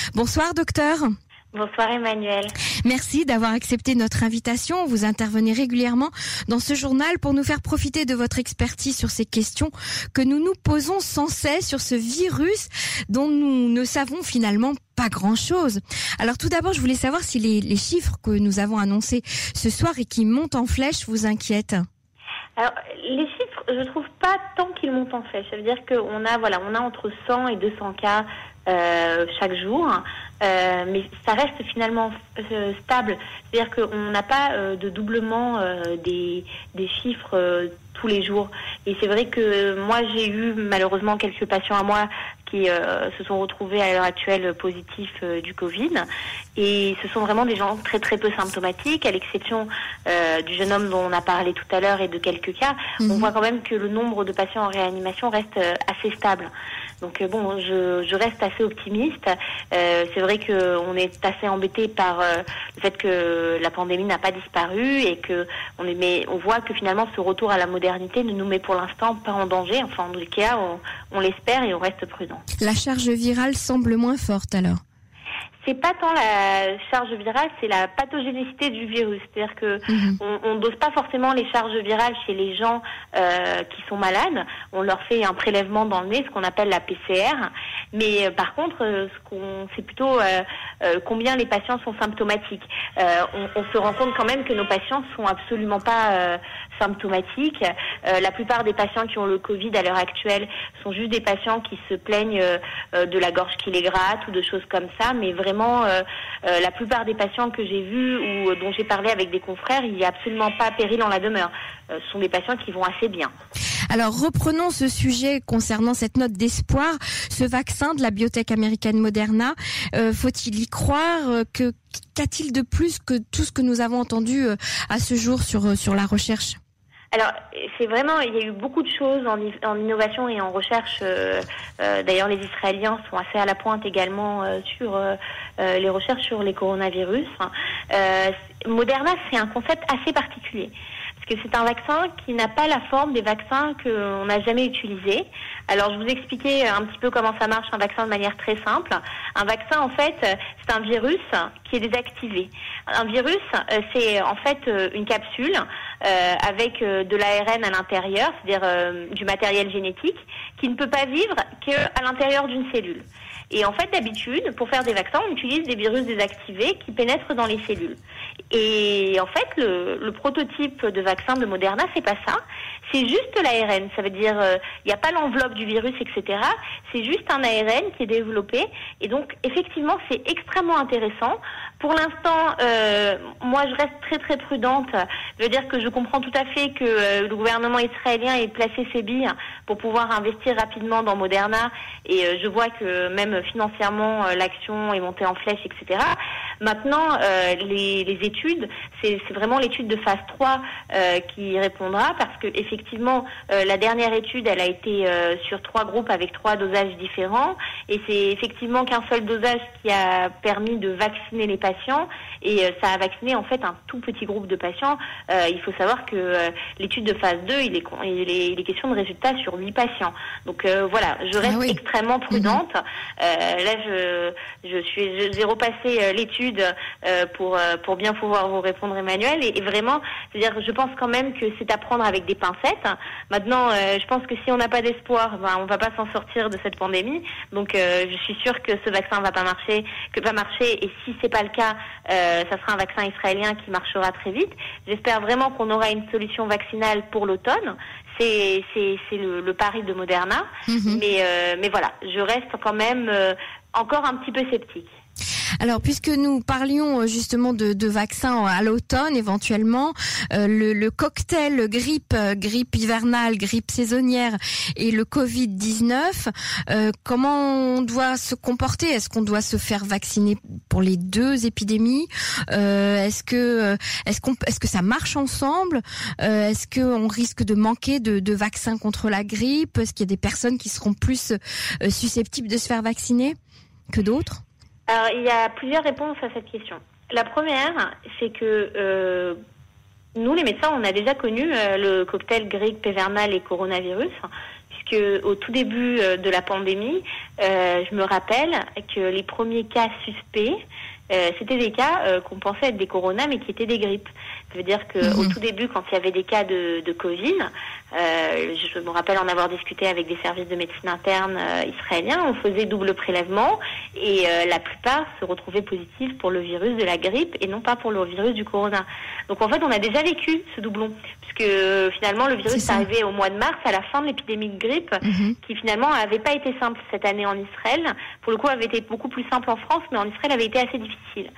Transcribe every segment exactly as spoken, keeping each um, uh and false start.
Bonsoir docteur. Bonsoir Emmanuel. Merci d'avoir accepté notre invitation. Vous intervenez régulièrement dans ce journal pour nous faire profiter de votre expertise sur ces questions que nous nous posons sans cesse sur ce virus dont nous ne savons finalement pas grand-chose. Alors tout d'abord, je voulais savoir si les, les chiffres que nous avons annoncés ce soir et qui montent en flèche vous inquiètent. Alors, les chiffres, je trouve pas tant qu'ils montent en flèche. Ça veut dire qu'on a, voilà, on a entre cent et deux cents cas euh, chaque jour, euh, mais ça reste finalement euh, stable. C'est-à-dire qu'on n'a pas euh, de doublement euh, des, des chiffres euh, tous les jours. Et c'est vrai que moi, j'ai eu malheureusement quelques patients à moi qui euh, se sont retrouvés à l'heure actuelle positifs euh, du Covid. Et ce sont vraiment des gens très très peu symptomatiques, à l'exception euh, du jeune homme dont on a parlé tout à l'heure et de quelques cas. Mmh. On voit quand même que le nombre de patients en réanimation reste euh, assez stable. Donc euh, bon, je, je reste assez optimiste. Euh, c'est vrai qu'on est assez embêté par euh, le fait que la pandémie n'a pas disparu et que on est, mais on voit que finalement ce retour à la modernité ne nous met pour l'instant pas en danger. Enfin, en tout cas, on, on l'espère et on reste prudent. La charge virale semble moins forte alors? C'est pas tant la charge virale, c'est la pathogénicité du virus. C'est-à-dire que mmh. on, on dose pas forcément les charges virales chez les gens euh, qui sont malades. On leur fait un prélèvement dans le nez, ce qu'on appelle la P C R. Mais euh, par contre, euh, ce qu'on, c'est plutôt euh, euh, combien les patients sont symptomatiques. Euh, on, on se rend compte quand même que nos patients sont absolument pas euh, symptomatiques. Euh, la plupart des patients qui ont le Covid à l'heure actuelle sont juste des patients qui se plaignent euh, de la gorge qui les gratte ou de choses comme ça, mais vraiment Vraiment, euh, euh, la plupart des patients que j'ai vus ou euh, dont j'ai parlé avec des confrères, il n'y a absolument pas péril en la demeure. Euh, ce sont des patients qui vont assez bien. Alors reprenons ce sujet concernant cette note d'espoir, ce vaccin de la biotech américaine Moderna. Euh, faut-il y croire? que, Qu'a-t-il de plus que tout ce que nous avons entendu euh, à ce jour sur, sur la recherche? Alors, c'est vraiment, il y a eu beaucoup de choses en, en innovation et en recherche. Euh, euh, d'ailleurs, les Israéliens sont assez à la pointe également euh, sur euh, euh, les recherches sur les coronavirus. Euh, Moderna, c'est un concept assez particulier. Parce que c'est un vaccin qui n'a pas la forme des vaccins qu'on n'a jamais utilisés. Alors, je vous expliquais un petit peu comment ça marche, un vaccin de manière très simple. Un vaccin, en fait, c'est un virus qui est désactivé. Un virus, c'est en fait une capsule euh, avec de l'A R N à l'intérieur, c'est-à-dire euh, du matériel génétique, qui ne peut pas vivre qu'à l'intérieur d'une cellule. Et en fait, d'habitude, pour faire des vaccins, on utilise des virus désactivés qui pénètrent dans les cellules. Et en fait, le, le prototype de vaccin de Moderna, c'est pas ça. C'est juste l'A R N. Ça veut dire, il euh, n'y a pas l'enveloppe du virus, et cetera. C'est juste un A R N qui est développé. Et donc, effectivement, c'est extrêmement intéressant. Pour l'instant, euh, moi, je reste très très prudente. Je veux dire que je comprends tout à fait que euh, le gouvernement israélien ait placé ses billes pour pouvoir investir rapidement dans Moderna. Et euh, je vois que même financièrement, euh, l'action est montée en flèche, et cetera. Maintenant, euh, les, les études, c'est, c'est vraiment l'étude de phase trois euh, qui répondra, parce que effectivement, euh, la dernière étude, elle a été euh, sur trois groupes avec trois dosages différents, et c'est effectivement qu'un seul dosage qui a permis de vacciner les patients, et euh, ça a vacciné en fait un tout petit groupe de patients. Euh, il faut savoir que euh, l'étude de phase deux, il est, il est, il est question de résultats sur huit patients. Donc euh, voilà, je reste ah oui. extrêmement prudente. Mmh. Euh, là, je, je suis, j'ai repassé euh, l'étude euh, pour euh, pour bien pouvoir vous répondre, Emmanuel. Et, et vraiment, c'est-à-dire, je pense quand même que c'est à prendre avec des pincettes. Maintenant, euh, je pense que si on n'a pas d'espoir, ben on va pas s'en sortir de cette pandémie. Donc, euh, je suis sûre que ce vaccin va pas marcher, que va marcher. Et si c'est pas le cas, euh, ça sera un vaccin israélien qui marchera très vite. J'espère vraiment qu'on aura une solution vaccinale pour l'automne. C'est, c'est, c'est le, le pari de Moderna. Mmh. Mais, euh, mais voilà, je reste quand même euh, encore un petit peu sceptique. Alors, puisque nous parlions justement de, de vaccins à l'automne, éventuellement, euh, le, le cocktail grippe, grippe hivernale, grippe saisonnière et le covid dix-neuf, euh, comment on doit se comporter? Est-ce qu'on doit se faire vacciner pour les deux épidémies? euh, Est-ce que, est-ce qu'on, est-ce que ça marche ensemble? euh, Est-ce qu'on risque de manquer de, de vaccins contre la grippe? Est-ce qu'il y a des personnes qui seront plus euh, susceptibles de se faire vacciner que d'autres? Alors, il y a plusieurs réponses à cette question. La première, c'est que euh, nous, les médecins, on a déjà connu euh, le cocktail grippe hivernale et coronavirus, puisque au tout début de la pandémie, euh, je me rappelle que les premiers cas suspects, euh, c'était des cas euh, qu'on pensait être des coronas, mais qui étaient des grippes. Ça veut dire qu'au mmh. tout début, quand il y avait des cas de, de Covid, euh, je me rappelle en avoir discuté avec des services de médecine interne euh, israéliens, on faisait double prélèvement et euh, la plupart se retrouvaient positifs pour le virus de la grippe et non pas pour le virus du corona. Donc en fait, on a déjà vécu ce doublon, puisque euh, finalement le virus est arrivé au mois de mars, à la fin de l'épidémie de grippe, mmh. qui finalement n'avait pas été simple cette année en Israël. Pour le coup, avait été beaucoup plus simple en France, mais en Israël avait été assez difficile.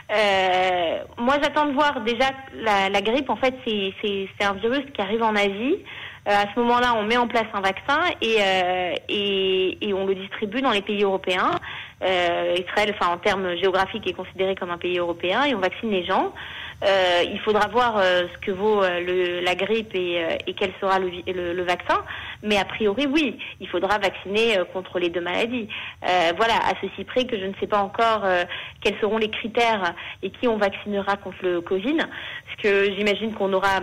Euh, moi, j'attends de voir déjà la, la grippe. En fait, c'est, c'est, c'est un virus qui arrive en Asie. Euh, à ce moment-là, on met en place un vaccin et, euh, et, et on le distribue dans les pays européens. Euh, Israël, enfin en termes géographiques, est considéré comme un pays européen et on vaccine les gens. Euh, il faudra voir euh, ce que vaut euh, le, la grippe et, euh, et quel sera le, le, le vaccin. Mais a priori, oui, il faudra vacciner euh, contre les deux maladies. Euh, voilà, à ceci près que je ne sais pas encore euh, quels seront les critères et qui on vaccinera contre le Covid. Parce que j'imagine qu'on aura...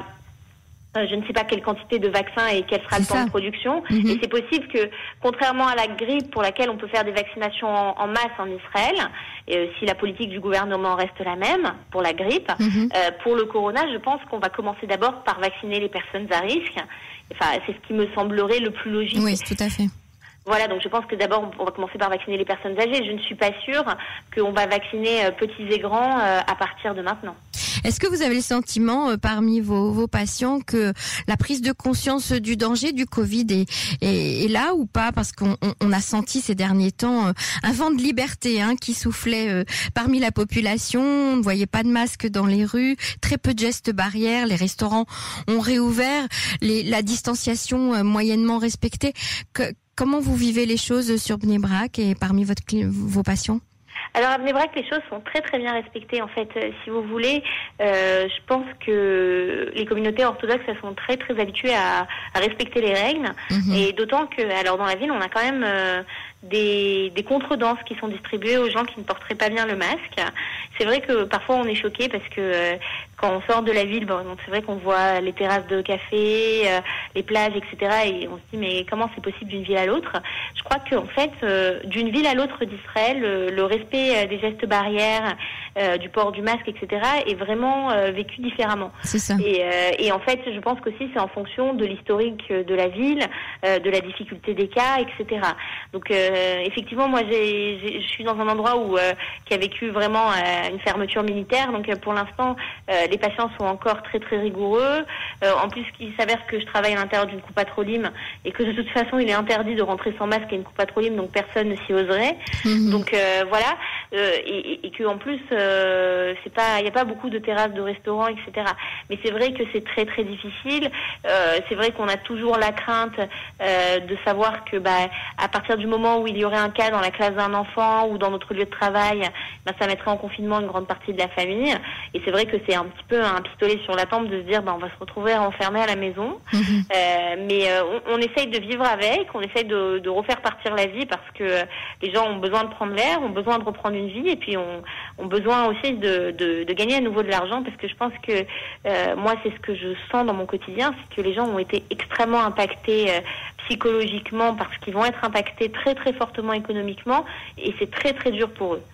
Je ne sais pas quelle quantité de vaccins et quel sera c'est le temps ça. de production. Mmh. Et c'est possible que, contrairement à la grippe pour laquelle on peut faire des vaccinations en, en masse en Israël, et, euh, si la politique du gouvernement reste la même pour la grippe, mmh. euh, pour le corona, je pense qu'on va commencer d'abord par vacciner les personnes à risque. Enfin, c'est ce qui me semblerait le plus logique. Oui, tout à fait. Voilà, donc je pense que d'abord, on va commencer par vacciner les personnes âgées. Je ne suis pas sûre qu'on va vacciner euh, petits et grands euh, à partir de maintenant. Est-ce que vous avez le sentiment, euh, parmi vos, vos patients, que la prise de conscience du danger du Covid est, est, est là ou pas? Parce qu'on on, on a senti ces derniers temps euh, un vent de liberté hein, qui soufflait euh, parmi la population. On ne voyait pas de masques dans les rues, très peu de gestes barrières. Les restaurants ont réouvert, les, la distanciation euh, moyennement respectée. Que, Comment vous vivez les choses sur Bnei Brak et parmi votre, vos patients? Alors à Bnei Brak, les choses sont très très bien respectées. En fait, euh, si vous voulez, euh, je pense que les communautés orthodoxes elles sont très très habituées à, à respecter les règles. Mmh. Et d'autant que, alors dans la ville, on a quand même euh, des, des contredanses qui sont distribuées aux gens qui ne porteraient pas bien le masque. C'est vrai que parfois on est choqué parce que euh, quand on sort de la ville, bon, donc c'est vrai qu'on voit les terrasses de café, euh, les plages, et cetera. Et on se dit mais comment c'est possible d'une ville à l'autre? Je crois qu'en fait, euh, d'une ville à l'autre d'Israël, le, le respect des gestes barrières, euh, du port du masque, et cetera, est vraiment euh, vécu différemment. C'est ça. Et, euh, et en fait, je pense qu'aussi c'est en fonction de l'historique de la ville, euh, de la difficulté des cas, et cetera. Donc euh, effectivement, moi, j'ai, j'ai, je suis dans un endroit où euh, qui a vécu vraiment euh, une fermeture militaire. Donc euh, pour l'instant, euh, les patients sont encore très très rigoureux. Euh, en plus, il s'avère que je travaille à l'intérieur d'une coupe Trolim et que de toute façon, il est interdit de rentrer sans masque à une coupe Trolim, donc personne ne s'y oserait. Mmh. Donc euh, voilà. Euh, et, et que en plus euh, c'est pas, il n'y a pas beaucoup de terrasses de restaurants, et cetera. Mais c'est vrai que c'est très très difficile. Euh, c'est vrai qu'on a toujours la crainte euh, de savoir que bah à partir du moment où il y aurait un cas dans la classe d'un enfant ou dans notre lieu de travail, bah, ça mettrait en confinement une grande partie de la famille. Et c'est vrai que c'est un petit peu un pistolet sur la tempe de se dire bah on va se retrouver enfermé à la maison. Mmh. Euh, mais euh, on, on essaye de vivre avec, on essaye de, de refaire partir la vie parce que les gens ont besoin de prendre l'air, ont besoin de reprendre une vie et puis on ont besoin aussi de, de, de gagner à nouveau de l'argent parce que je pense que euh, moi c'est ce que je sens dans mon quotidien, c'est que les gens ont été extrêmement impactés euh, psychologiquement parce qu'ils vont être impactés très très fortement économiquement et c'est très très dur pour eux.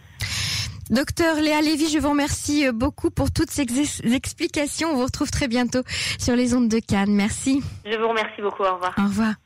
Docteur Léa Lévy, je vous remercie beaucoup pour toutes ces ex- explications. On vous retrouve très bientôt sur les ondes de Cannes. Merci. Je vous remercie beaucoup. Au revoir. Au revoir.